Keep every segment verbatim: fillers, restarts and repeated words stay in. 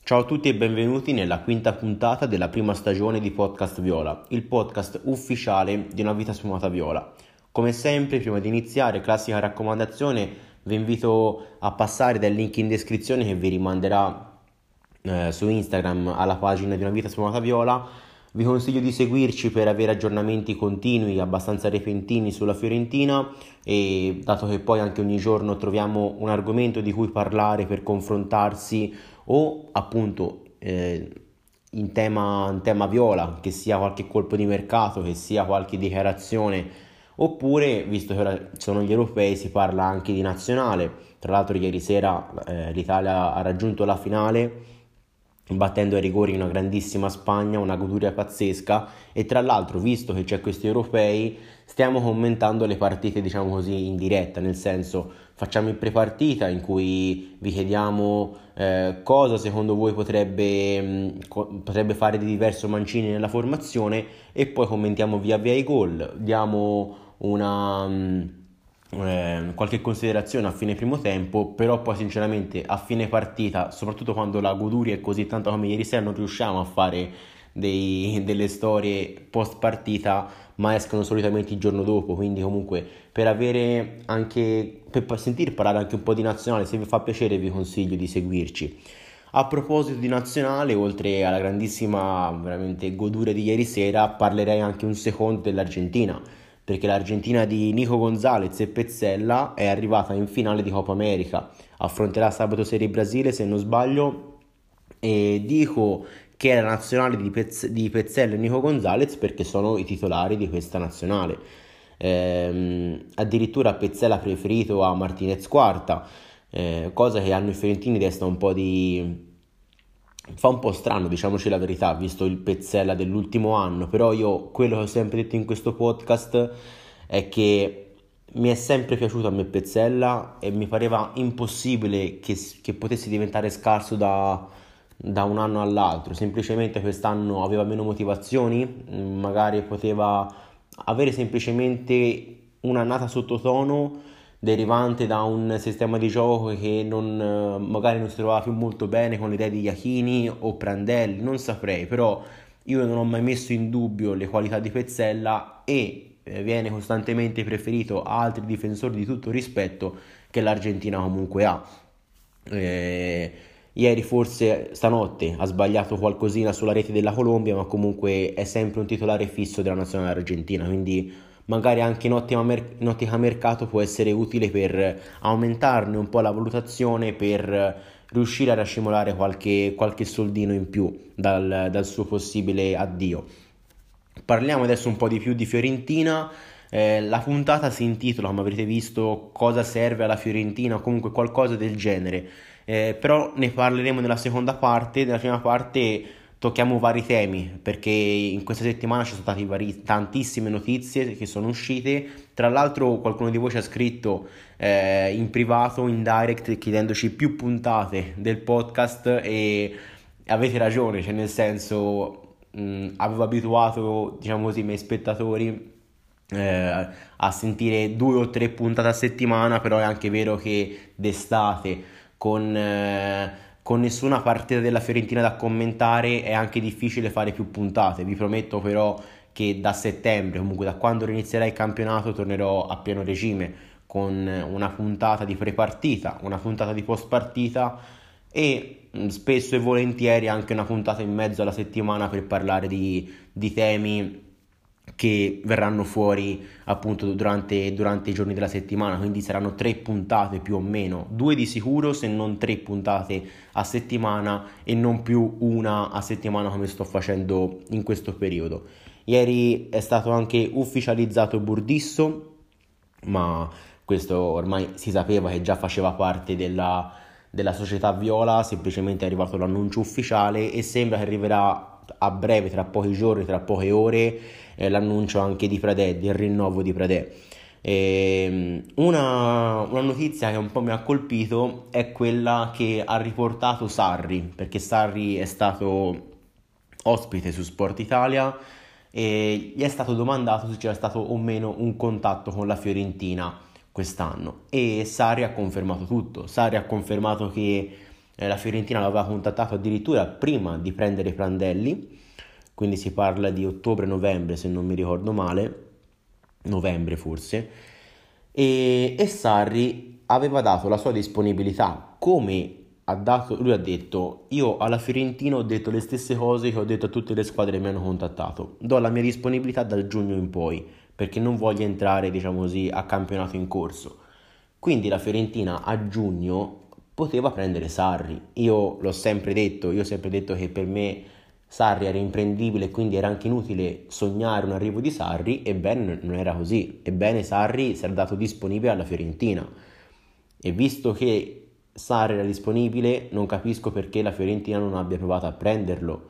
Ciao a tutti e benvenuti nella quinta puntata della prima stagione di Podcast Viola, il podcast ufficiale di Una vita sfumata viola. Come sempre, prima di iniziare, classica raccomandazione, vi invito a passare dal link in descrizione che vi rimanderà eh, su Instagram alla pagina di Una vita sfumata viola. Vi consiglio di seguirci per avere aggiornamenti continui, abbastanza repentini sulla Fiorentina, e dato che poi anche ogni giorno troviamo un argomento di cui parlare per confrontarsi o appunto eh, in tema, in tema viola, che sia qualche colpo di mercato, che sia qualche dichiarazione, oppure, visto che ora sono gli europei, si parla anche di nazionale. Tra l'altro ieri sera eh, l'Italia ha raggiunto la finale battendo ai rigori una grandissima Spagna, una goduria pazzesca, e tra l'altro, visto che c'è questi europei, stiamo commentando le partite, diciamo così, in diretta, nel senso facciamo il pre-partita in cui vi chiediamo eh, cosa secondo voi potrebbe, mh, co- potrebbe fare di diverso Mancini nella formazione, e poi commentiamo via via i gol, diamo una... mh, eh, qualche considerazione a fine primo tempo, però poi sinceramente a fine partita, soprattutto quando la goduria è così tanta come ieri sera, non riusciamo a fare dei- delle storie post partita, ma escono solitamente il giorno dopo. Quindi comunque, per avere anche per pa- sentire parlare anche un po' di nazionale, se vi fa piacere vi consiglio di seguirci. A proposito di nazionale, oltre alla grandissima veramente goduria di ieri sera, parlerei anche un secondo dell'Argentina, perché l'Argentina di Nico Gonzalez e Pezzella è arrivata in finale di Coppa America. Affronterà sabato Serie Brasile, se non sbaglio, e dico che è la nazionale di, Pezz- di Pezzella e Nico Gonzalez perché sono i titolari di questa nazionale. Ehm, addirittura Pezzella ha preferito a Martinez Quarta, eh, cosa che hanno i fiorentini desta un po' di... fa un po' strano, diciamoci la verità, visto il Pezzella dell'ultimo anno. Però io quello che ho sempre detto in questo podcast è che mi è sempre piaciuto a me Pezzella e mi pareva impossibile che, che potesse diventare scarso da, da un anno all'altro. Semplicemente quest'anno aveva meno motivazioni, mh, magari poteva avere semplicemente un'annata sottotono derivante da un sistema di gioco che non, eh, magari non si trovava più molto bene con le idee di Iachini o Prandelli, non saprei. Però io non ho mai messo in dubbio le qualità di Pezzella, e eh, viene costantemente preferito a altri difensori di tutto rispetto che l'Argentina comunque ha. Eh, Ieri, forse stanotte, ha sbagliato qualcosina sulla rete della Colombia, ma comunque è sempre un titolare fisso della nazionale argentina, quindi magari anche in, ottima mer- in ottica mercato può essere utile per aumentarne un po' la valutazione, per riuscire a racimolare qualche, qualche soldino in più dal, dal suo possibile addio. Parliamo adesso un po' di più di Fiorentina. Eh, la puntata si intitola, come avrete visto, Cosa serve alla Fiorentina, o comunque qualcosa del genere. Eh, però ne parleremo nella seconda parte. Nella prima parte tocchiamo vari temi, perché in questa settimana ci sono state vari, tantissime notizie che sono uscite. Tra l'altro qualcuno di voi ci ha scritto eh, in privato, in direct, chiedendoci più puntate del podcast, e avete ragione, cioè nel senso, mh, avevo abituato, diciamo così, i miei spettatori eh, a sentire due o tre puntate a settimana. Però è anche vero che d'estate, con, eh, con nessuna partita della Fiorentina da commentare, è anche difficile fare più puntate. Vi prometto però che da settembre, comunque da quando inizierà il campionato, tornerò a pieno regime con una puntata di pre-partita, una puntata di post-partita, e mh, spesso e volentieri anche una puntata in mezzo alla settimana per parlare di, di temi che verranno fuori appunto durante, durante i giorni della settimana. Quindi saranno tre puntate più o meno, due di sicuro, se non tre puntate a settimana, e non più una a settimana come sto facendo in questo periodo. Ieri è stato anche ufficializzato Burdisso, ma questo ormai si sapeva che già faceva parte della, della società viola, semplicemente è arrivato l'annuncio ufficiale e sembra che arriverà a breve, tra pochi giorni, tra poche ore, eh, l'annuncio anche di Pradè, del rinnovo di Pradè. E una, una notizia che un po' mi ha colpito è quella che ha riportato Sarri, perché Sarri è stato ospite su Sport Italia e gli è stato domandato se c'era stato o meno un contatto con la Fiorentina quest'anno, e Sarri ha confermato tutto. Sarri ha confermato che eh, la Fiorentina l'aveva contattato addirittura prima di prendere Prandelli, quindi si parla di ottobre-novembre se non mi ricordo male, novembre forse, e, e Sarri aveva dato la sua disponibilità, come ha dato, lui ha detto: io alla Fiorentina ho detto le stesse cose che ho detto a tutte le squadre che mi hanno contattato, do la mia disponibilità dal giugno in poi, perché non voglio entrare, diciamo così, a campionato in corso. Quindi la Fiorentina a giugno poteva prendere Sarri. Io l'ho sempre detto, io ho sempre detto che per me Sarri era imprendibile, quindi era anche inutile sognare un arrivo di Sarri. Ebbene non era così, ebbene Sarri si era dato disponibile alla Fiorentina, e visto che Sarri era disponibile non capisco perché la Fiorentina non abbia provato a prenderlo.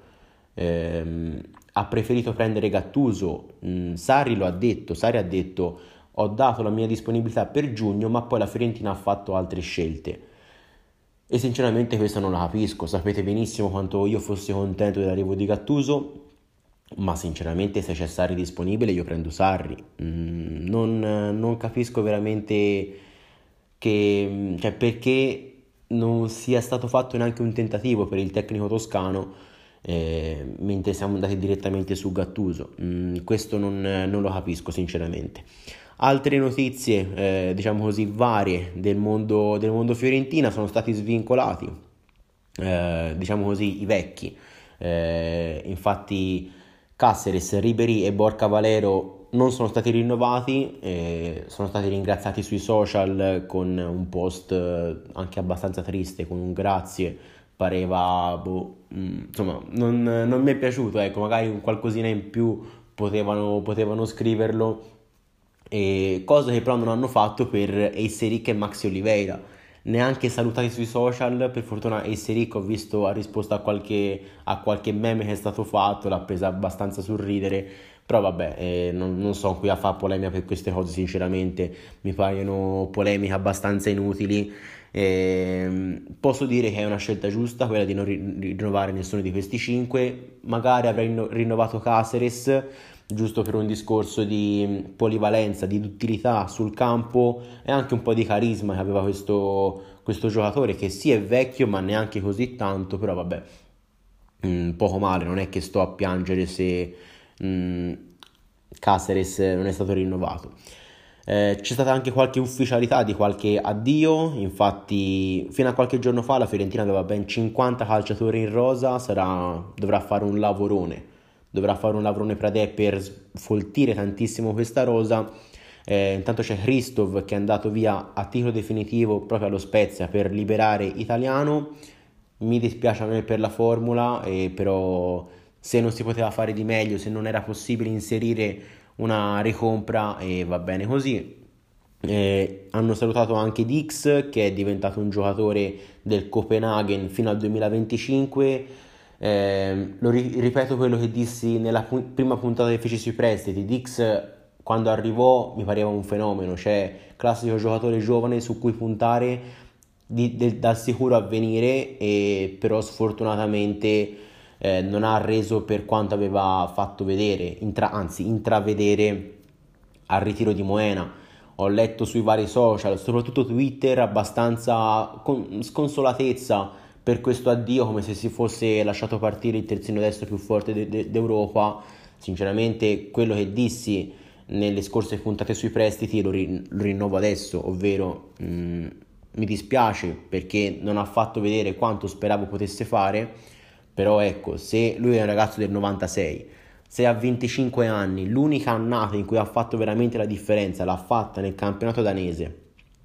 Ehm, ha preferito prendere Gattuso. Mm, Sarri lo ha detto, Sarri ha detto: ho dato la mia disponibilità per giugno, ma poi la Fiorentina ha fatto altre scelte. E sinceramente questo non la capisco. Sapete benissimo quanto io fossi contento dell'arrivo di Gattuso, ma sinceramente se c'è Sarri disponibile io prendo Sarri. Mm, non, non capisco veramente che, cioè, perché non sia stato fatto neanche un tentativo per il tecnico toscano, eh, mentre siamo andati direttamente su Gattuso. Mm, questo non, non lo capisco sinceramente. Altre notizie, eh, diciamo così, varie del mondo, del mondo fiorentina: sono stati svincolati, eh, diciamo così, i vecchi. Eh, infatti Cáceres, Ribéry e Borca Valero non sono stati rinnovati, eh, sono stati ringraziati sui social con un post eh, anche abbastanza triste, con un grazie. Pareva, boh, mm, insomma, non, non mi è piaciuto, ecco, magari un qualcosina in più potevano, potevano scriverlo, e cosa che però non hanno fatto per Ace Rick e Maxi Oliveira, neanche salutati sui social. Per fortuna Ace Rick, ho visto, ha risposto a qualche, a qualche meme che è stato fatto, l'ha presa abbastanza sul ridere, però vabbè, eh, non, non sono qui a fare polemica per queste cose, sinceramente mi paiono polemiche abbastanza inutili. Eh, posso dire che è una scelta giusta quella di non ri- rinnovare nessuno di questi cinque. Magari avrei rinno- rinnovato Caceres, giusto per un discorso di polivalenza, di duttilità sul campo e anche un po' di carisma che aveva questo, questo giocatore, che sì è vecchio ma neanche così tanto, però vabbè, mm, poco male, non è che sto a piangere se mm, Caceres non è stato rinnovato. Eh, c'è stata anche qualche ufficialità di qualche addio, infatti fino a qualche giorno fa la Fiorentina aveva ben cinquanta calciatori in rosa, sarà, dovrà fare un lavorone, dovrà fare un lavorone Pradè per sfoltire tantissimo questa rosa. Eh, intanto c'è Christov che è andato via a titolo definitivo proprio allo Spezia per liberare Italiano. Mi dispiace a me per la formula, eh, però se non si poteva fare di meglio, se non era possibile inserire una ricompra, e va bene così. Eh, hanno salutato anche Dix, che è diventato un giocatore del Copenaghen fino al duemilaventicinque. Eh, lo ri- ripeto quello che dissi nella pu- prima puntata che feci sui prestiti: Dix quando arrivò mi pareva un fenomeno, cioè classico giocatore giovane su cui puntare, di- del- dal sicuro avvenire, e però sfortunatamente eh, non ha reso per quanto aveva fatto vedere, intra- anzi intravedere al ritiro di Moena. Ho letto sui vari social, soprattutto Twitter, abbastanza con sconsolatezza per questo addio, come se si fosse lasciato partire il terzino destro più forte de- de- d'Europa. Sinceramente quello che dissi nelle scorse puntate sui prestiti lo, ri- lo rinnovo adesso, ovvero mh, mi dispiace perché non ha fatto vedere quanto speravo potesse fare. Però ecco, se lui è un ragazzo del novantasei, se ha venticinque anni, l'unica annata in cui ha fatto veramente la differenza l'ha fatta nel campionato danese,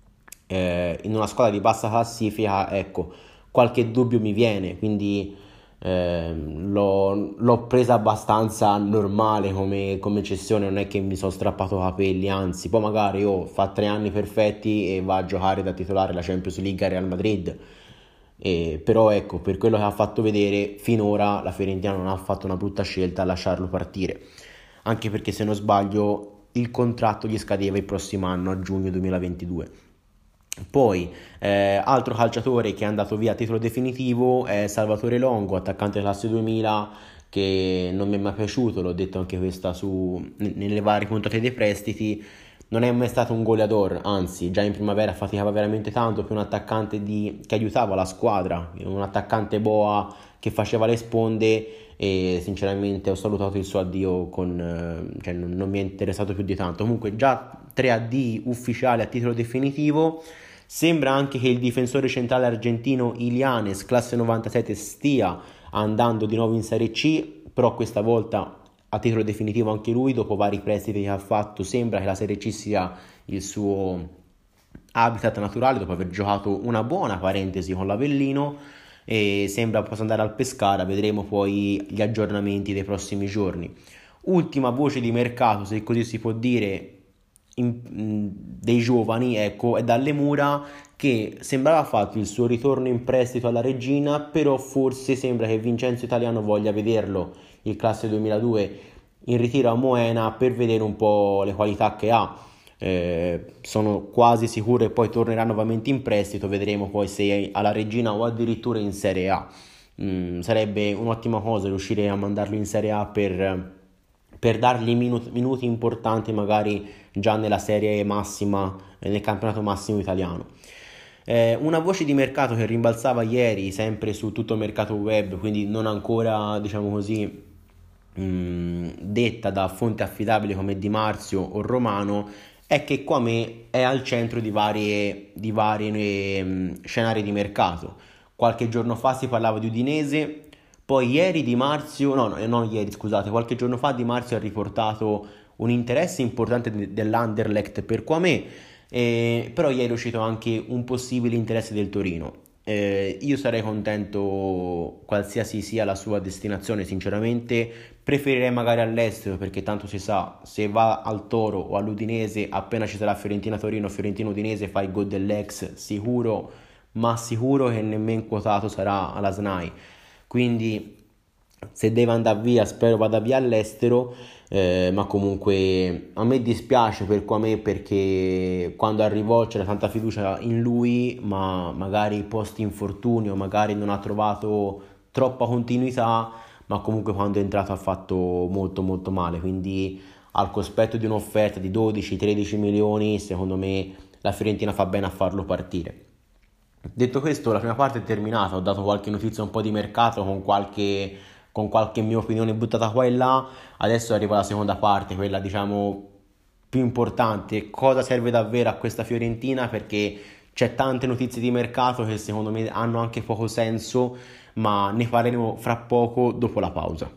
eh, in una squadra di bassa classifica, ecco, qualche dubbio mi viene, quindi eh, l'ho, l'ho presa abbastanza normale come, come cessione, non è che mi sono strappato i capelli, anzi, poi magari oh, fa tre anni perfetti e va a giocare da titolare la Champions League a Real Madrid. E, però ecco, per quello che ha fatto vedere finora la Fiorentina non ha fatto una brutta scelta a lasciarlo partire, anche perché se non sbaglio il contratto gli scadeva il prossimo anno a giugno duemilaventidue. Poi eh, altro calciatore che è andato via a titolo definitivo è Salvatore Longo, attaccante classe duemila, che non mi è mai piaciuto, l'ho detto anche questa su, nelle varie puntate dei prestiti. non è mai stato un goleador, anzi già in primavera faticava veramente tanto, più un attaccante di, che aiutava la squadra, un attaccante boa che faceva le sponde, e sinceramente ho salutato il suo addio con, eh, cioè non, non mi è interessato più di tanto. Comunque già tre addii ufficiali a titolo definitivo. Sembra anche che il difensore centrale argentino Ilianes, classe novantasette, stia andando di nuovo in Serie C, però questa volta a titolo definitivo anche lui, dopo vari prestiti che ha fatto. Sembra che la Serie C sia il suo habitat naturale, dopo aver giocato una buona parentesi con l'Avellino, e sembra possa andare al Pescara. Vedremo poi gli aggiornamenti dei prossimi giorni. Ultima voce di mercato, se così si può dire, in, in, dei giovani, ecco, è dalle Mura, che sembrava fatto il suo ritorno in prestito alla Regina, però forse sembra che Vincenzo Italiano voglia vederlo, il classe duemiladue, in ritiro a Moena per vedere un po' le qualità che ha. Eh, sono quasi sicuro che poi tornerà nuovamente in prestito, vedremo poi se alla Regina o addirittura in Serie A. Mm, sarebbe un'ottima cosa riuscire a mandarlo in Serie A per, per dargli minuti, minuti importanti magari già nella serie massima, nel campionato massimo italiano. Eh, una voce di mercato che rimbalzava ieri sempre su tutto il mercato web, quindi non ancora, diciamo così, mh, detta da fonti affidabili come Di Marzio o Romano, è che Kouamé è al centro di varie, di vari mh, scenari di mercato. Qualche giorno fa si parlava di Udinese, poi ieri Di Marzio, no, no, non ieri, scusate, qualche giorno fa Di Marzio ha riportato un interesse importante de- dell'Anderlecht per Kouamé, eh, però ieri è uscito anche un possibile interesse del Torino. Eh, io sarei contento qualsiasi sia la sua destinazione, sinceramente preferirei magari all'estero, perché tanto si sa, se va al Toro o all'Udinese, appena ci sarà Fiorentina-Torino, Fiorentina-Udinese, fa il gol dell'ex sicuro, ma sicuro che nemmeno quotato sarà alla S N A I. Quindi se deve andare via spero vada via all'estero, eh, ma comunque a me dispiace per Kouamé, perché quando arrivò c'era tanta fiducia in lui, ma magari post infortunio magari non ha trovato troppa continuità, ma comunque quando è entrato ha fatto molto molto male. Quindi al cospetto di un'offerta di dodici tredici milioni, secondo me la Fiorentina fa bene a farlo partire. Detto questo, la prima parte è terminata, ho dato qualche notizia un po' di mercato con qualche, con qualche mia opinione buttata qua e là. Adesso arriva la seconda parte, quella diciamo più importante: cosa serve davvero a questa Fiorentina, perché c'è tante notizie di mercato che secondo me hanno anche poco senso, ma ne parleremo fra poco dopo la pausa.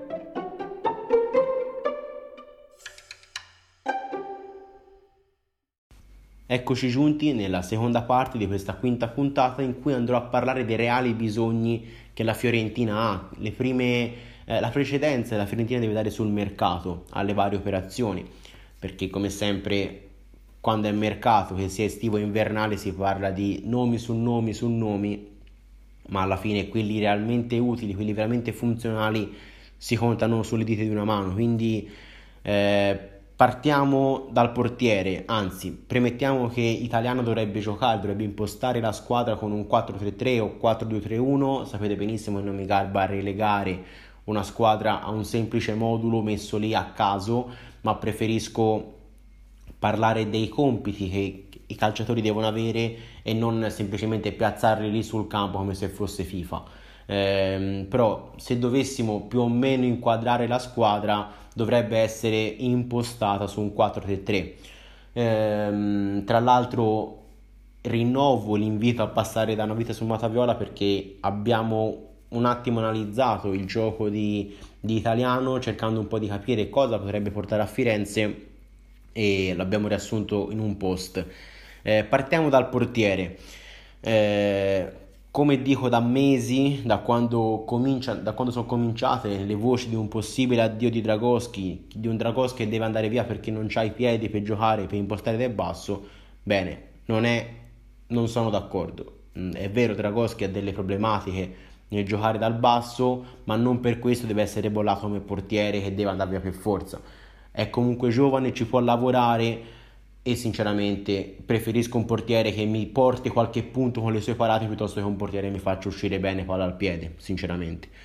Eccoci giunti nella seconda parte di questa quinta puntata, in cui andrò a parlare dei reali bisogni che la Fiorentina ha, le prime, eh, la precedenza che la Fiorentina deve dare sul mercato alle varie operazioni, perché come sempre quando è mercato, che sia estivo o invernale, si parla di nomi su nomi su nomi, ma alla fine quelli realmente utili, quelli veramente funzionali si contano sulle dita di una mano. Quindi eh, partiamo dal portiere, anzi premettiamo che Italiano dovrebbe giocare, dovrebbe impostare la squadra con un quattro tre tre o quattro due tre uno. Sapete benissimo che non mi garba a relegare una squadra a un semplice modulo messo lì a caso, ma preferisco parlare dei compiti che i calciatori devono avere e non semplicemente piazzarli lì sul campo come se fosse FIFA. Ehm, però se dovessimo più o meno inquadrare la squadra, dovrebbe essere impostata su un quattro tre tre. Ehm, tra l'altro rinnovo l'invito a passare da Una vita sfumata viola, perché abbiamo un attimo analizzato il gioco di, di Italiano, cercando un po' di capire cosa potrebbe portare a Firenze, e l'abbiamo riassunto in un post. Eh, partiamo dal portiere. Eh, come dico da mesi, da quando, comincia, da quando sono cominciate le voci di un possibile addio di Dragoschi, di un Dragoschi che deve andare via perché non c'ha i piedi per giocare, per impostare dal basso, bene, non, è, non sono d'accordo. È vero, Dragoschi ha delle problematiche nel giocare dal basso, ma non per questo deve essere bollato come portiere che deve andare via per forza. È comunque giovane, ci può lavorare, e sinceramente preferisco un portiere che mi porti qualche punto con le sue parate piuttosto che un portiere che mi faccia uscire bene palla al piede, sinceramente.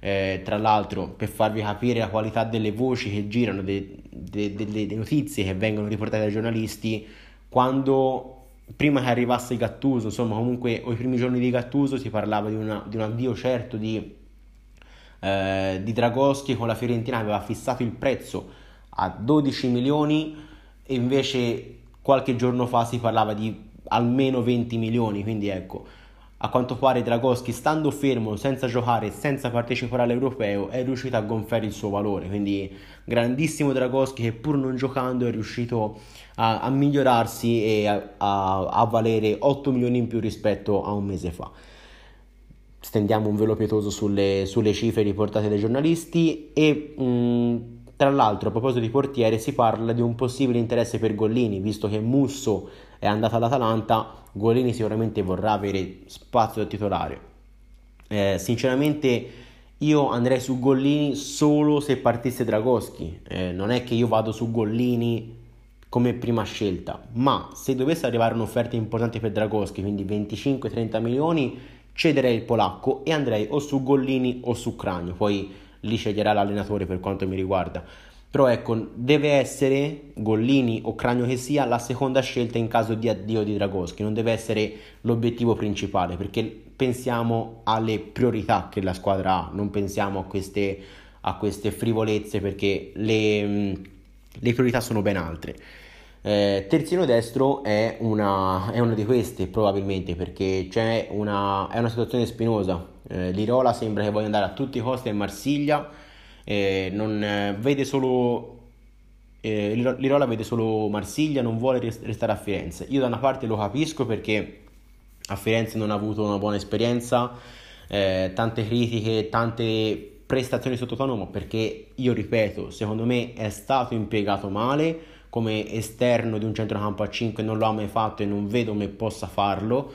Eh, tra l'altro, per farvi capire la qualità delle voci che girano, de- de- de- delle notizie che vengono riportate dai giornalisti, quando prima che arrivasse Gattuso, insomma comunque o i primi giorni di Gattuso, si parlava di, una, di un addio certo di, eh, di Dragoschi, con la Fiorentina aveva fissato il prezzo a dodici milioni e invece qualche giorno fa si parlava di almeno venti milioni, quindi ecco, a quanto pare Dragoschi, stando fermo, senza giocare, senza partecipare all'Europeo, è riuscito a gonfiare il suo valore, quindi grandissimo Dragoschi che pur non giocando è riuscito a, a migliorarsi e a, a, a valere otto milioni in più rispetto a un mese fa. Stendiamo un velo pietoso sulle, sulle cifre riportate dai giornalisti e mh, tra l'altro a proposito di portiere si parla di un possibile interesse per Gollini, visto che Musso è andato all'Atalanta, Gollini sicuramente vorrà avere spazio da titolare. Eh, sinceramente io andrei su Gollini solo se partisse Dragoschi, eh, non è che io vado su Gollini come prima scelta, ma se dovesse arrivare un'offerta importante per Dragoschi, quindi venticinque trenta milioni, cederei il polacco e andrei o su Gollini o su Cragno, poi lì sceglierà l'allenatore per quanto mi riguarda. Però ecco, deve essere Gollini o Cragno che sia la seconda scelta in caso di addio di Dragoschi, non deve essere l'obiettivo principale, perché pensiamo alle priorità che la squadra ha, non pensiamo a queste, a queste frivolezze, perché le, le priorità sono ben altre. Eh, terzino destro è una, è una di queste probabilmente, perché c'è una, è una situazione spinosa. eh, Lirola sembra che voglia andare a tutti i costi a Marsiglia, eh, non eh, vede solo eh, Lirola vede solo Marsiglia, non vuole restare a Firenze. Io da una parte lo capisco, perché a Firenze non ha avuto una buona esperienza, eh, tante critiche, tante prestazioni sottotono, ma perché io ripeto, secondo me è stato impiegato male come esterno di un centrocampo a cinque, non lo ha mai fatto e non vedo come possa farlo,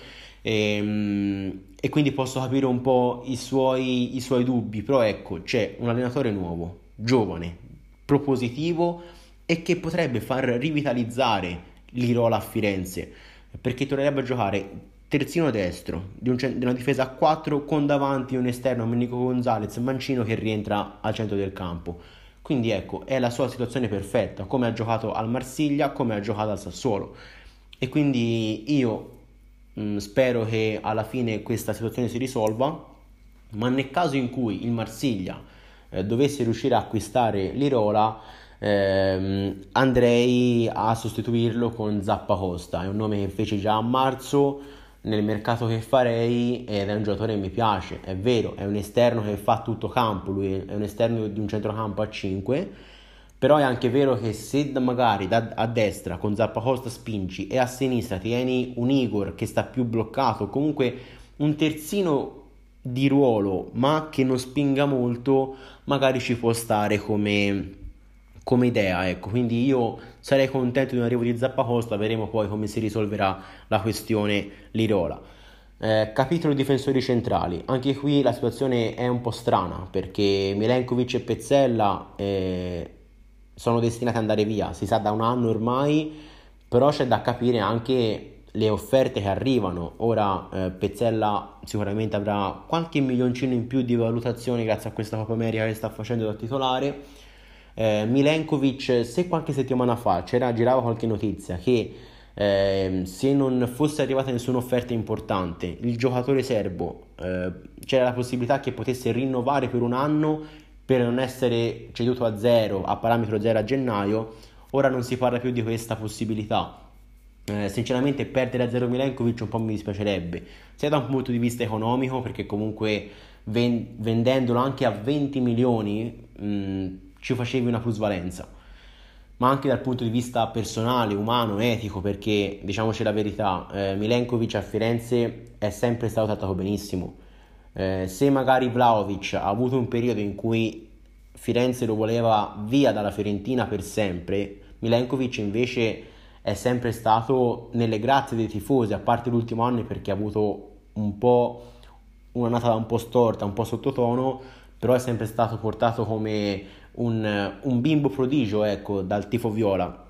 e, e quindi posso capire un po' i suoi, i suoi dubbi. Però ecco, c'è un allenatore nuovo, giovane, propositivo e che potrebbe far rivitalizzare l'Irola a Firenze, perché tornerebbe a giocare terzino destro di, un, di una difesa a quattro con davanti un esterno, Nico Gonzalez, Mancino, che rientra al centro del campo. Quindi ecco, è la sua situazione perfetta, come ha giocato al Marsiglia, come ha giocato al Sassuolo. E quindi io mh, spero che alla fine questa situazione si risolva, ma nel caso in cui il Marsiglia eh, dovesse riuscire a acquistare l'Irola, ehm, andrei a sostituirlo con Zappacosta. È un nome che feci già a marzo nel mercato che farei ed è un giocatore che mi piace. È vero, è un esterno che fa tutto campo, lui è un esterno di un centrocampo a cinque, però è anche vero che se magari da, a destra con Zappacosta spingi e a sinistra tieni un Igor che sta più bloccato, comunque un terzino di ruolo ma che non spinga molto, magari ci può stare come, come idea, ecco. Quindi io sarei contento di un arrivo di Zappacosta, vedremo poi come si risolverà la questione Lirola. Eh, capitolo difensori centrali, anche qui la situazione è un po' strana, perché Milenkovic e Pezzella eh, sono destinati ad andare via, si sa da un anno ormai, però c'è da capire anche le offerte che arrivano. Ora eh, Pezzella sicuramente avrà qualche milioncino in più di valutazione grazie a questa Coppa America che sta facendo da titolare. eh, Milenkovic, se qualche settimana fa c'era girava qualche notizia che eh, se non fosse arrivata nessuna offerta importante, il giocatore serbo eh, c'era la possibilità che potesse rinnovare per un anno per non essere ceduto a zero, a parametro zero a gennaio. Ora non si parla più di questa possibilità. Eh, sinceramente perdere a zero Milenkovic un po' mi dispiacerebbe, sia da un punto di vista economico, perché comunque ven- vendendolo anche a venti milioni mh, ci facevi una plusvalenza, ma anche dal punto di vista personale, umano, etico, perché diciamoci la verità, eh, Milenkovic a Firenze è sempre stato trattato benissimo. Eh, se magari Vlahovic ha avuto un periodo in cui Firenze lo voleva via dalla Fiorentina per sempre, Milenkovic invece è sempre stato nelle grazie dei tifosi, a parte l'ultimo anno perché ha avuto un po' un'annata un po' storta, un po' sottotono, però è sempre stato portato come un, un bimbo prodigio, ecco, dal tifo viola.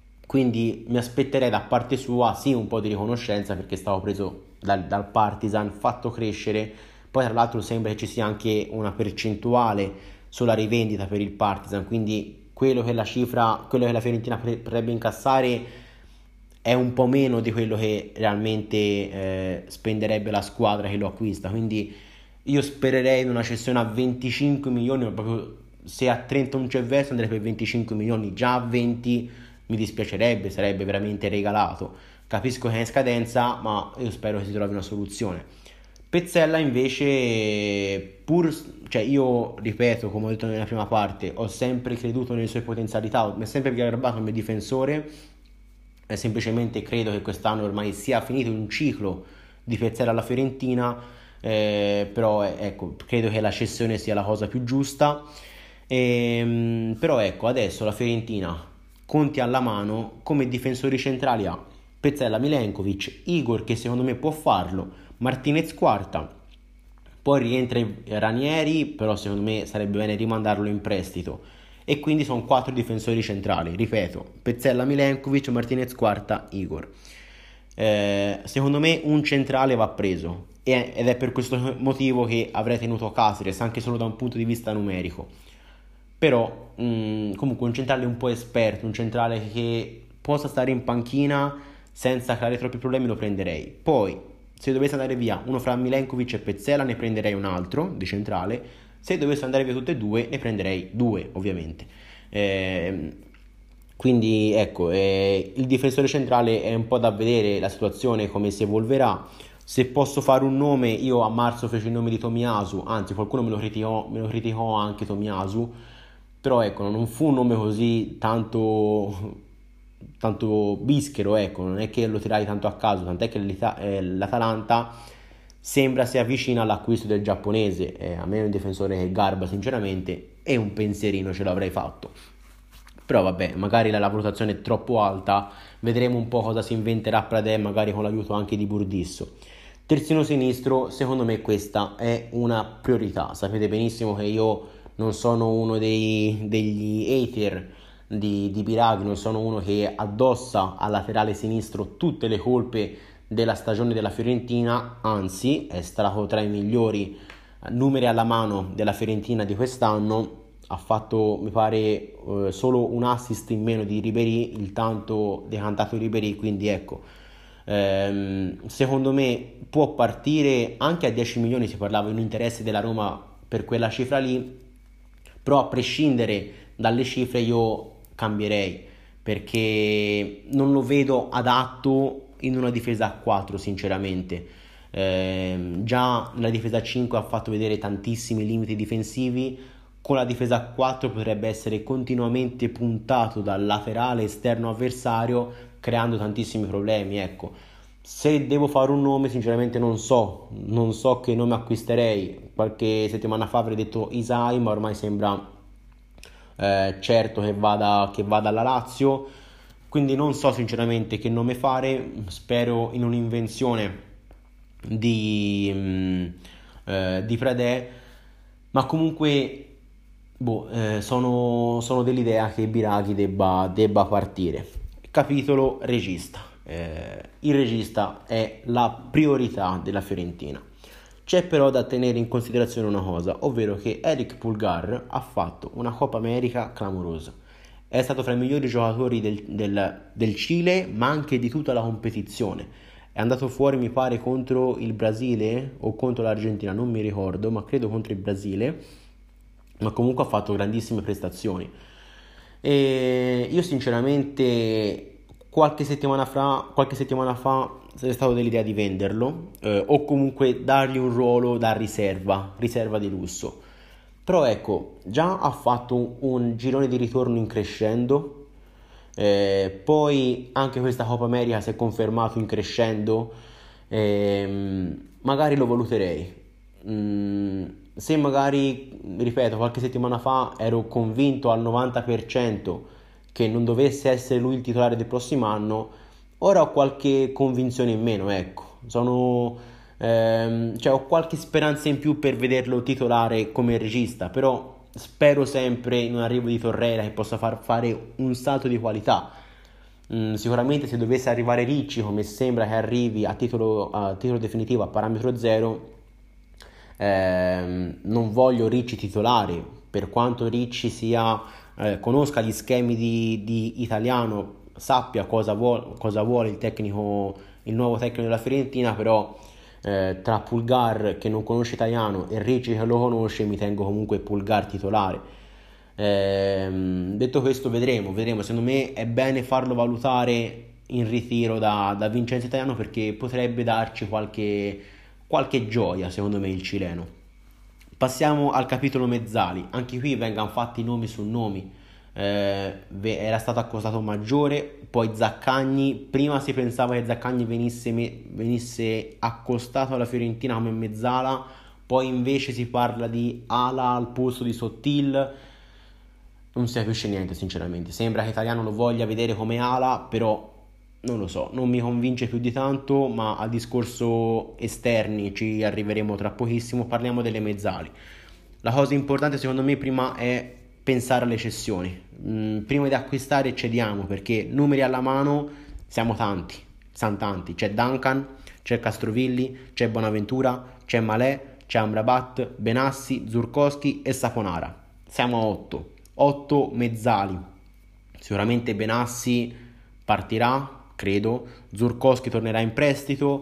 Quindi mi aspetterei da parte sua sì un po' di riconoscenza, perché stavo preso dal, dal Partizan, fatto crescere, Poi tra l'altro sembra che ci sia anche una percentuale sulla rivendita per il Partizan, quindi quello che la cifra, quello che la Fiorentina potrebbe incassare è un po' meno di quello che realmente eh, spenderebbe la squadra che lo acquista, quindi io spererei in una cessione a venticinque milioni, ma proprio se a trenta non c'è verso andrei per venticinque milioni, già a venti mi dispiacerebbe, sarebbe veramente regalato. Capisco che è in scadenza, ma io spero che si trovi una soluzione. Pezzella invece, pur, cioè io ripeto, come ho detto nella prima parte, ho sempre creduto nelle sue potenzialità, mi è sempre garbato come difensore, e semplicemente credo che quest'anno ormai sia finito un ciclo di Pezzella alla Fiorentina, eh, però ecco, credo che la cessione sia la cosa più giusta. Ehm, però ecco, adesso la Fiorentina, conti alla mano, come difensori centrali ha Pezzella, Milenkovic, Igor che secondo me può farlo, Martinez quarta, poi rientra Ranieri, però secondo me sarebbe bene rimandarlo in prestito, e quindi sono quattro difensori centrali, ripeto, Pezzella, Milenkovic, Martinez quarta, Igor. Eh, secondo me un centrale va preso, ed è per questo motivo che avrei tenuto Caceres, anche solo da un punto di vista numerico. Però mh, comunque un centrale un po' esperto, un centrale che possa stare in panchina senza creare troppi problemi, lo prenderei. Poi se dovesse andare via uno fra Milenkovic e Pezzella, ne prenderei un altro di centrale. Se dovesse andare via tutte e due, ne prenderei due ovviamente. eh, quindi ecco, eh, il difensore centrale è un po' da vedere la situazione come si evolverà. Se posso fare un nome, io a marzo feci il nome di Tomiyasu, anzi qualcuno me lo criticò, me lo criticò anche Tomiyasu, però ecco, non fu un nome così tanto, tanto bischero, ecco, non è che lo tirai tanto a caso, tant'è che eh, l'Atalanta sembra si avvicina all'acquisto del giapponese. Eh, a me è un difensore che garba sinceramente, e un pensierino ce l'avrei fatto. Però vabbè, magari la, la valutazione è troppo alta, vedremo un po' cosa si inventerà Pradè, magari con l'aiuto anche di Burdisso. Terzino sinistro, secondo me questa è una priorità. Sapete benissimo che io non sono uno dei, degli hater di, di Biraghi, non sono uno che addossa al laterale sinistro tutte le colpe della stagione della Fiorentina, anzi è stato tra i migliori numeri alla mano della Fiorentina di quest'anno. Ha fatto, mi pare, eh, solo un assist in meno di Ribéry, il tanto decantato Ribéry, quindi ecco, ehm, secondo me può partire anche a dieci milioni, si parlava di un interesse della Roma per quella cifra lì, però a prescindere dalle cifre io cambierei, perché non lo vedo adatto in una difesa a quattro sinceramente. Eh, già nella difesa a cinque ha fatto vedere tantissimi limiti difensivi, con la difesa a quattro potrebbe essere continuamente puntato dal laterale esterno avversario, creando tantissimi problemi. Ecco, se devo fare un nome sinceramente non so, non so che nome acquisterei. Qualche settimana fa avrei detto Isai, ma ormai sembra eh, certo che vada, che vada alla Lazio, quindi non so sinceramente che nome fare. Spero in un'invenzione di, mh, eh, di Pradè, ma comunque boh, eh, sono, sono dell'idea che Biraghi debba, debba partire. Capitolo regista. Eh, il regista è la priorità della Fiorentina. C'è però da tenere in considerazione una cosa, ovvero che Eric Pulgar ha fatto una Coppa America clamorosa. È stato fra i migliori giocatori del, del, del Cile, ma anche di tutta la competizione. È andato fuori, mi pare, contro il Brasile o contro l'Argentina, non mi ricordo, ma credo contro il Brasile, ma comunque ha fatto grandissime prestazioni. E io sinceramente qualche settimana fa, qualche settimana fa sarei stato dell'idea di venderlo, eh, o comunque dargli un ruolo da riserva, riserva di lusso. Però ecco, già ha fatto un, un girone di ritorno in crescendo, eh, poi anche questa Coppa America si è confermato in crescendo, eh, magari lo valuterei. Mm, se magari, ripeto, qualche settimana fa ero convinto al novanta per cento che non dovesse essere lui il titolare del prossimo anno, ora ho qualche convinzione in meno, ecco, sono, ehm, cioè ho qualche speranza in più per vederlo titolare come regista, però spero sempre in un arrivo di Torreira che possa far fare un salto di qualità. Mm, sicuramente se dovesse arrivare Ricci, come sembra che arrivi a titolo, a titolo definitivo, a parametro zero, ehm, non voglio Ricci titolare, per quanto Ricci sia, eh, conosca gli schemi di, di italiano, sappia cosa vuole, cosa vuole il tecnico, il nuovo tecnico della Fiorentina, però eh, tra Pulgar che non conosce italiano e Ricci che lo conosce, mi tengo comunque Pulgar titolare. Ehm, detto questo, vedremo, vedremo. Secondo me è bene farlo valutare in ritiro da, da Vincenzo Italiano, perché potrebbe darci qualche, qualche gioia, secondo me, il cileno. Passiamo al capitolo mezzali. Anche qui vengono fatti nomi su nomi. Eh, era stato accostato Maggiore, poi Zaccagni. Prima si pensava che Zaccagni venisse, me, venisse accostato alla Fiorentina come mezzala, poi invece si parla di ala al posto di Sottil. Non si capisce niente, sinceramente. Sembra che Italiano lo voglia vedere come ala, però non lo so, non mi convince più di tanto. Ma al discorso esterni ci arriveremo tra pochissimo. Parliamo delle mezzali. La cosa importante secondo me prima è pensare alle cessioni. Mm, prima di acquistare cediamo, perché numeri alla mano siamo tanti, siamo tanti. C'è Duncan, c'è Castrovilli, c'è Bonaventura, c'è Malè, c'è Amrabat, Benassi, Zurkowski e Saponara. Siamo a otto. otto mezzali. Sicuramente Benassi partirà, credo. Zurkowski tornerà in prestito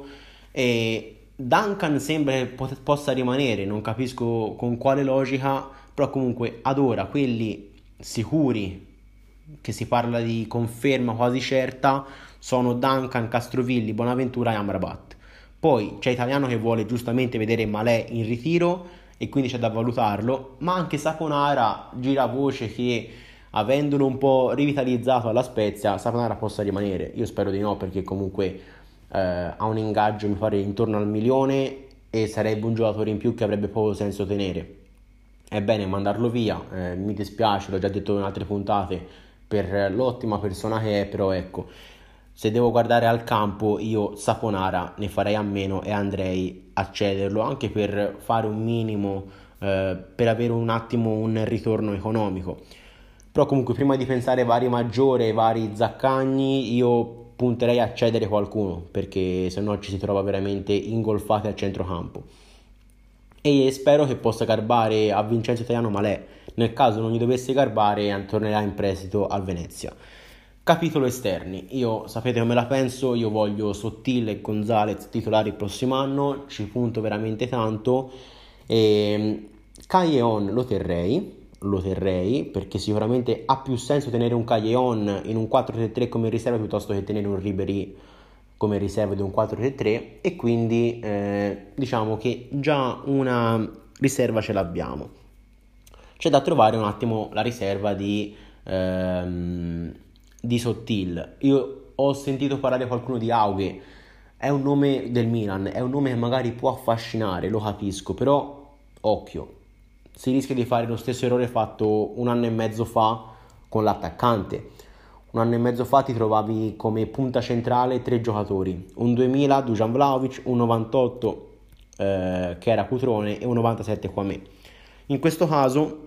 e Duncan sembra che pot- possa rimanere, non capisco con quale logica, però comunque ad ora quelli sicuri, che si parla di conferma quasi certa, sono Duncan, Castrovilli, Bonaventura e Amrabat. Poi c'è Italiano che vuole giustamente vedere Malè in ritiro e quindi c'è da valutarlo, ma anche Saponara gira voce che, avendolo un po' rivitalizzato alla Spezia, Saponara possa rimanere. Io spero di no, perché comunque eh, ha un ingaggio mi pare intorno al milione e sarebbe un giocatore in più che avrebbe poco senso tenere. È bene mandarlo via, eh, mi dispiace, l'ho già detto in altre puntate, per l'ottima persona che è, però ecco, se devo guardare al campo io Saponara ne farei a meno e andrei a cederlo, anche per fare un minimo, eh, per avere un attimo un ritorno economico. Però comunque prima di pensare vari Maggiore, vari Zaccagni, io punterei a cedere qualcuno, perché se no ci si trova veramente ingolfati al centrocampo. E spero che possa garbare a Vincenzo Italiano Malè. Nel caso non gli dovesse garbare, tornerà in prestito al Venezia. Capitolo esterni. Io sapete come la penso, io voglio Sottile e Gonzalez titolari il prossimo anno, ci punto veramente tanto. E Callejon lo terrei, lo terrei perché sicuramente ha più senso tenere un Callejon in un quattro tre tre come riserva piuttosto che tenere un Ribéry come riserva di un quattro tre tre, e quindi eh, diciamo che già una riserva ce l'abbiamo. C'è da trovare un attimo la riserva di ehm, di Sottil. Io ho sentito parlare qualcuno di Aughe, è un nome del Milan, è un nome che magari può affascinare, lo capisco, però occhio, si rischia di fare lo stesso errore fatto un anno e mezzo fa con l'attaccante. Un anno e mezzo fa ti trovavi come punta centrale tre giocatori, un duemila Dusan Vlahovic, un novantotto eh, che era Cutrone e un novantasette Quamé. In questo caso,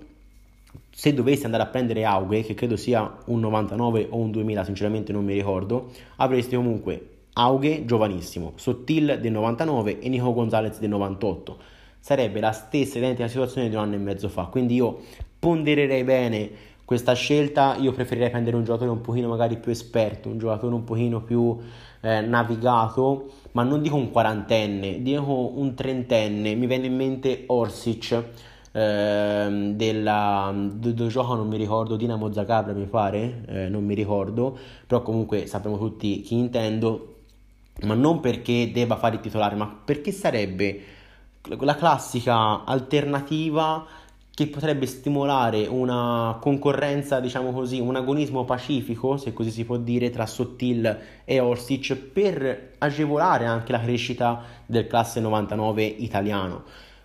se dovessi andare a prendere Aughe, che credo sia un novantanove o un duemila, sinceramente non mi ricordo, avresti comunque Aughe giovanissimo, Sottil del novantanove e Nico Gonzalez del novantotto. Sarebbe la stessa identica situazione di un anno e mezzo fa, quindi io pondererei bene questa scelta. Io preferirei prendere un giocatore un pochino magari più esperto, un giocatore un pochino più eh, navigato, ma non dico un quarantenne, dico un trentenne. Mi viene in mente Orsic, eh, della dove gioca non mi ricordo, Dinamo Zagabria mi pare, eh, non mi ricordo, però comunque sappiamo tutti chi intendo, ma non perché debba fare il titolare, ma perché sarebbe la classica alternativa che potrebbe stimolare una concorrenza, diciamo così, un agonismo pacifico, se così si può dire, tra Sottil e Orsic, per agevolare anche la crescita del classe novantanove italiano.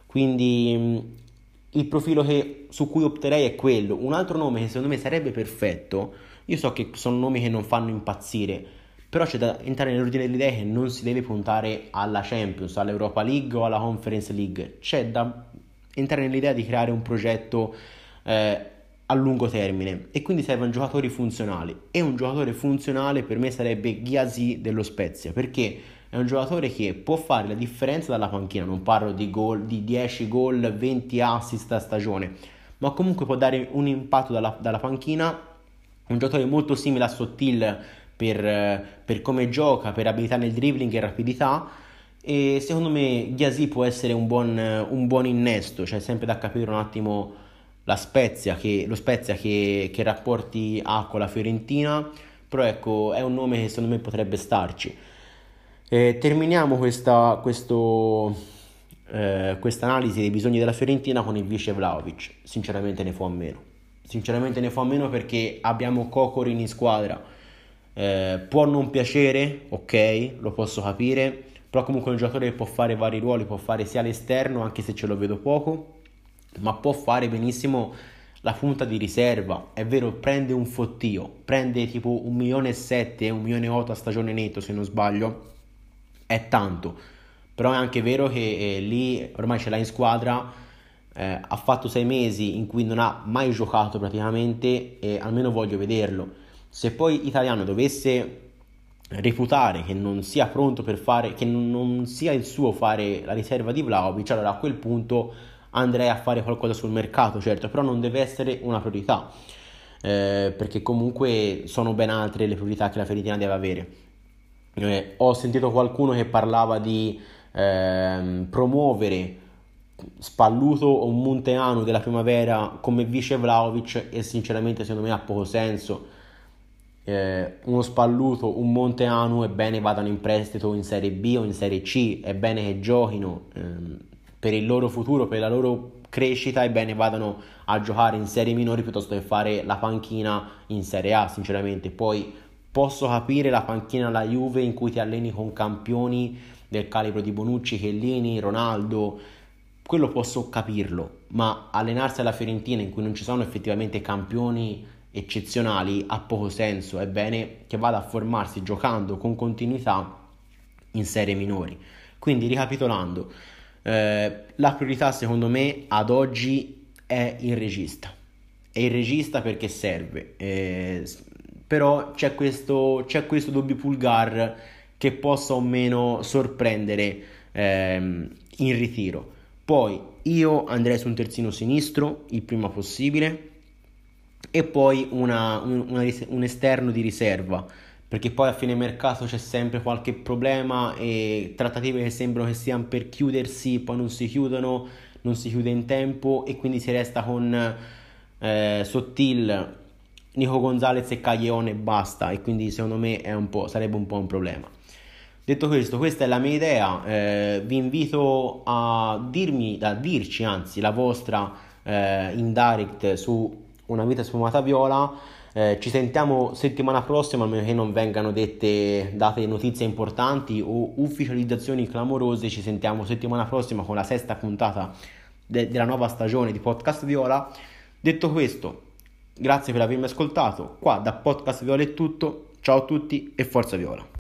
Quindi il profilo che, su cui opterei è quello. Un altro nome che secondo me sarebbe perfetto, io so che sono nomi che non fanno impazzire, però c'è da entrare nell'ordine delle idee che non si deve puntare alla Champions, all'Europa League o alla Conference League. C'è da entrare nell'idea di creare un progetto eh, a lungo termine, e quindi servono giocatori funzionali, e un giocatore funzionale per me sarebbe Ghiasi dello Spezia, perché è un giocatore che può fare la differenza dalla panchina, non parlo di gol, di dieci gol, venti assist a stagione, ma comunque può dare un impatto dalla, dalla panchina, un giocatore molto simile a Sottil per, per come gioca, per abilità nel dribbling e rapidità, e secondo me Ghiasi può essere un buon, un buon innesto. C'è sempre da capire un attimo la Spezia, che, lo Spezia che, che rapporti ha con la Fiorentina, però ecco, è un nome che secondo me potrebbe starci. Eh, terminiamo questa questo, eh, questa analisi dei bisogni della Fiorentina con il vice Vlahovic. Sinceramente ne fa a meno. Sinceramente ne fa a meno perché abbiamo Kokorin in squadra. Eh, può non piacere, ok, lo posso capire, però comunque è un giocatore che può fare vari ruoli, può fare sia all'esterno, anche se ce lo vedo poco, ma può fare benissimo la punta di riserva. È vero, prende un fottio, prende tipo un milione e sette, un milione e otto a stagione netto se non sbaglio, è tanto, però è anche vero che eh, lì ormai ce l'ha in squadra, eh, ha fatto sei mesi in cui non ha mai giocato praticamente, e almeno voglio vederlo. Se poi Italiano dovesse reputare che non sia pronto per fare, che non, non sia il suo fare la riserva di Vlahovic, allora a quel punto andrei a fare qualcosa sul mercato, certo, però non deve essere una priorità, eh, perché comunque sono ben altre le priorità che la Fiorentina deve avere. Eh, ho sentito qualcuno che parlava di ehm, promuovere Spalluto o Munteanu della Primavera come vice Vlahovic, e sinceramente secondo me ha poco senso. Eh, uno Spalluto, un Munteanu è bene vadano in prestito in Serie B o in Serie C, è bene che giochino ehm, per il loro futuro, per la loro crescita, è bene vadano a giocare in serie minori piuttosto che fare la panchina in Serie A, sinceramente. Poi posso capire la panchina alla Juve in cui ti alleni con campioni del calibro di Bonucci, Chiellini, Ronaldo, quello posso capirlo, ma allenarsi alla Fiorentina in cui non ci sono effettivamente campioni eccezionali ha poco senso. È bene che vada a formarsi giocando con continuità in serie minori. Quindi ricapitolando, eh, la priorità secondo me ad oggi è il regista. È il regista perché serve, eh, però c'è questo, c'è questo dubbio Pulgar che possa o meno sorprendere ehm, in ritiro. Poi io andrei su un terzino sinistro il prima possibile, e poi una, un, una, un esterno di riserva, perché poi a fine mercato c'è sempre qualche problema e trattative che sembrano che stiano per chiudersi, poi non si chiudono, non si chiude in tempo, e quindi si resta con eh, Sottil, Nico Gonzalez e Caglione e basta, e quindi secondo me è un po', sarebbe un po' un problema. Detto questo, questa è la mia idea, eh, vi invito a dirmi, a dirci anzi la vostra eh, in direct su Una vita sfumata viola. Eh, ci sentiamo settimana prossima, almeno che non vengano dette date notizie importanti o ufficializzazioni clamorose. Ci sentiamo settimana prossima con la sesta puntata de- della nuova stagione di Podcast Viola. Detto questo, grazie per avermi ascoltato. Qua da Podcast Viola è tutto, ciao a tutti e forza Viola.